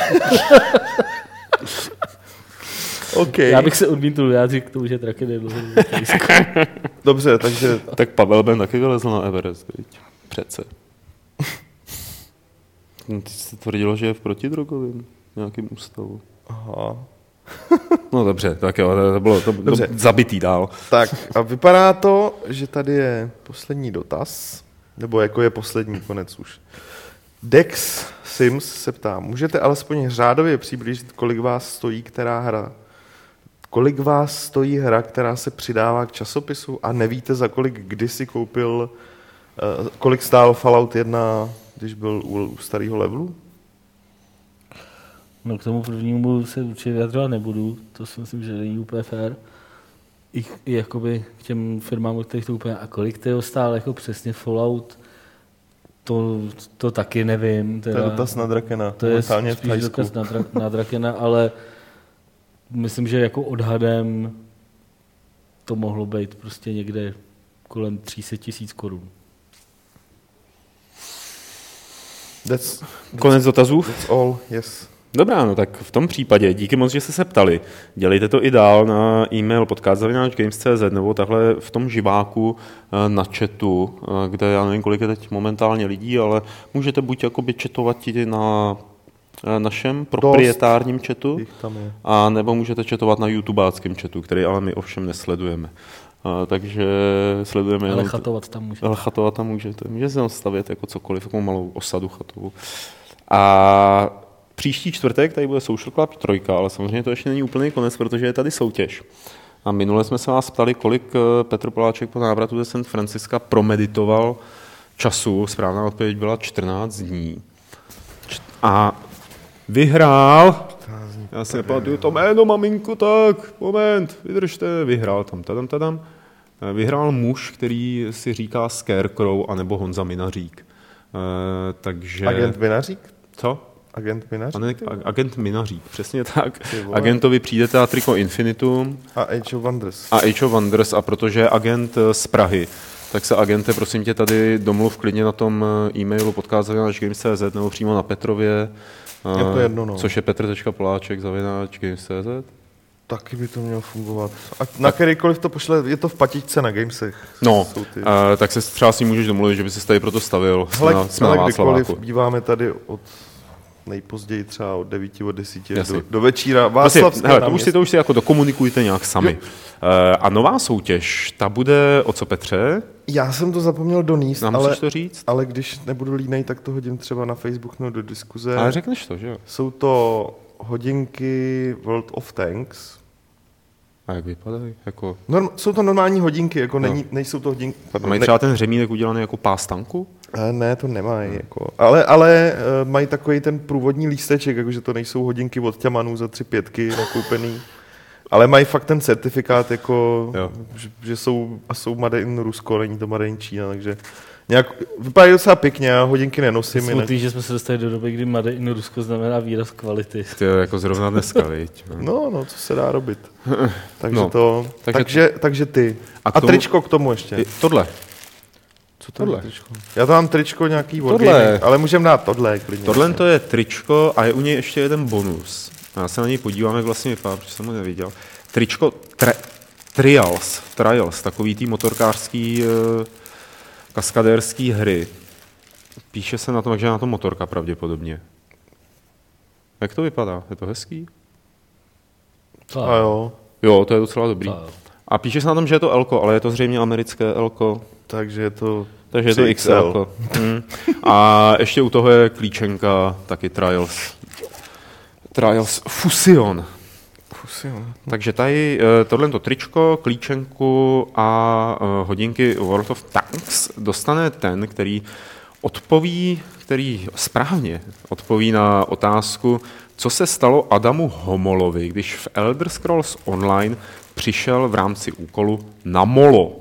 Okay. Já bych se odmítl vyjádřit k tomu, že Draken je dlouhodobě v Thajsku. Dobře, takže... Tak Pavel Ben taky vylezl na Everest, viď? Přece. Ty jsi tvrdilo, že je v protidrogovém nějakým ústavu. Aha. No dobře, tak jo, to bylo to, dobře. To zabitý dál. Tak a vypadá to, že tady je poslední dotaz, nebo jako je poslední konec už. Dex Sims se ptá, můžete alespoň řádově přiblížit, kolik vás stojí která hra? Kolik vás stojí hra, která se přidává k časopisu a nevíte, za kolik kdysi koupil, uh, kolik stál Fallout jedna, když byl u, u starého levelu? No k tomu prvnímu se určitě vyjadřovat nebudu, to si myslím, že není úplně fér. I, i jakoby k těm firmám, od kterých to úplně, a kolik toho stál jako přesně Fallout, to, to taky nevím. Teda, to je dotaz na Drakena. To je spíš dotaz na, dra, na Drakena, ale myslím, že jako odhadem to mohlo být prostě někde kolem tři sta tisíc korun. That's, Konec dotazů? That's all, yes. Dobrá, no tak v tom případě díky moc, že jste se ptali. Dělejte to i dál na e-mail podcast zavináč games tečka cé zet nebo takhle v tom živáku na chatu, kde já nevím, kolik je teď momentálně lidí, ale můžete buď jakoby chatovat na našem proprietárním chatu, a nebo můžete chatovat na YouTubeáckém chatu, který ale my ovšem nesledujeme. A, takže sledujeme... Ale chatovat tam můžete. Ale chatovat tam můžete. Můžete se tam stavět jako cokoliv, jako malou osadu chatovou. A příští čtvrtek tady bude Social Club trojka, ale samozřejmě to ještě není úplný konec, protože je tady soutěž. A minule jsme se vás ptali, kolik Petr Poláček po návratu ze San Francisca promeditoval času. Správná odpověď byla čtrnáct dní. A vyhrál, já si nepamatuju to jméno, maminku, tak, moment, vydržte, vyhrál tam, tadam, tadam. Vyhrál muž, který si říká Scarecrow, anebo Honza Minařík. E, takže... Agent Minařík? Co? Agent Minařík? Agent Minařík, přesně tak. Agentovi přijde teda triko Infinitum. A Age of Wonders. A Age of Wonders, a protože je agent z Prahy, tak se agente, prosím tě, tady domluv klidně na tom e-mailu podcast zavináč games tečka cé zet nebo přímo na Petrově, je to jedno, no. Což je petr tečka poláček zavináč games tečka cé zet. Taky by to mělo fungovat. A na kterýkoliv to pošle, je to v patičce na Gamesech. No, ty... uh, tak se třeba s ním můžeš domluvit, že by se tady proto stavil. Hele, na, jsme ale na kdykoliv býváme tady od nejpozději třeba od devíti, od desíti do, do večíra. Václavské hele, to, už si, to už si jako dokomunikujte nějak sami. Uh, a nová soutěž, ta bude o co, Petře? Já jsem to zapomněl doníst, ale, to říct? ale když nebudu línej, tak to hodím třeba na Facebook nebo do diskuze. Ale řekneš to, že jo? Jsou to hodinky World of Tanks. A jak vypadají? Jako... Norm, jsou to normální hodinky, jako není, no. nejsou to hodinky. Pardon, mají třeba ten hřemínek udělaný jako pás tanku? Ne, to nemají. Hmm. Jako. Ale, ale uh, mají takový ten průvodní lísteček, jakože to nejsou hodinky od Ťamanů za tři pětky nakoupený. Ale mají fakt ten certifikát, jako, že, že jsou, a jsou Made in Rusko, není to Made in Čína, takže nějak, vypadají docela pěkně, já hodinky nenosím. Smutný, že jsme se dostali do doby, kdy Made in Rusko znamená výraz kvality. To je jako zrovna dneska, viď? No, no, co se dá robit. Takže no, to, takže, takže, takže ty. A, a tomu, tričko k tomu ještě. Tohle. Co tohle? Tričko? Já to mám tričko nějaký od tohle. Gaming, ale můžeme dát tohle. Klidně. Tohle to je tričko a je u něj ještě jeden bonus. Já se na něj podívám, jak vlastně vypadá, protože jsem ho neviděl. Tričko tre, Trials, Trials, takový tý motorkářský, uh, kaskadérský hry. Píše se na tom, že je na to motorka pravděpodobně. Jak to vypadá? Je to hezký? A jo. Jo, to je docela dobrý. A píše se na tom, že je to Elko, ale je to zřejmě americké Elko. Takže je to Takže je to X L. Hmm. A ještě u toho je klíčenka, taky Trials. Trials Fusion. Fusion. Takže tady tohleto tričko, klíčenku a hodinky World of Tanks dostane ten, který odpoví, který správně odpoví na otázku, co se stalo Adamu Homolovi, když v Elder Scrolls Online přišel v rámci úkolu na molo.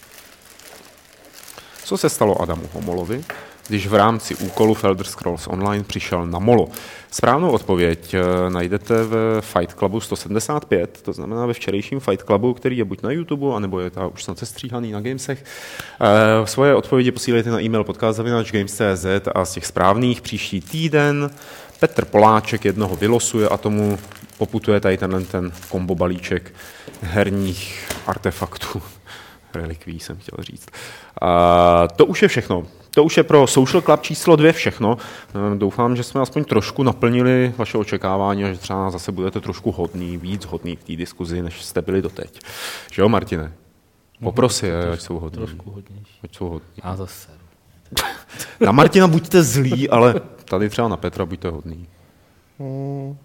Co se stalo Adamu Homolovi, když v rámci úkolu v Elder Scrolls Online přišel na molo? Správnou odpověď najdete v Fight Clubu sto sedmdesát pět, to znamená ve včerejším Fight Clubu, který je buď na YouTube, anebo je ta už snad sestříhaný na Gamesech. E, svoje odpovědi posílejte na e-mail podcast zavináč games tečka cé zet a z těch správných příští týden Petr Poláček jednoho vylosuje a tomu poputuje tady tenhle ten kombo balíček herních artefaktů. Relikví jsem chtěl říct. A to už je všechno. To už je pro Social Club číslo dvě všechno. Doufám, že jsme aspoň trošku naplnili vaše očekávání a že třeba zase budete trošku hodný, víc hodný v té diskuzi, než jste byli doteď. Že jo, Martine? Poprosi je, ať jsou hodní. Trošku hodnější. Ať jsou hodní. A zase. Na Martina buďte zlí, ale tady třeba na Petra buďte hodný. Hmm.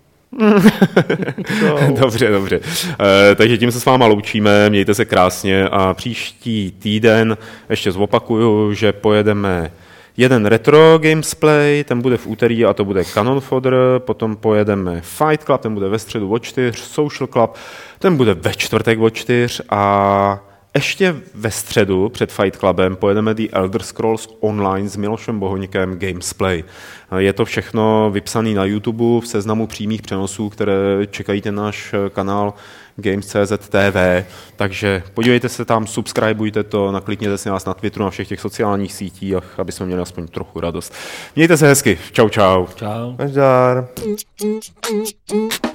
Dobře, dobře. E, takže tím se s váma loučíme, mějte se krásně a příští týden ještě zopakuju, že pojedeme jeden retro gamesplay, ten bude v úterý a to bude Cannon Fodder, potom pojedeme Fight Club, ten bude ve středu od čtyř, Social Club, ten bude ve čtvrtek od čtyř a ještě ve středu před Fight Clubem pojedeme The Elder Scrolls Online s Milošem Bohoníkem Gamesplay. Je to všechno vypsané na YouTube v seznamu přímých přenosů, které čekají ten náš kanál Games tečka cé zet té vé, takže podívejte se tam, subscribeujte to, naklikněte si nás na Twitteru, na všech těch sociálních sítích, aby jsme měli aspoň trochu radost. Mějte se hezky, čau čau. Čau. Nazdar.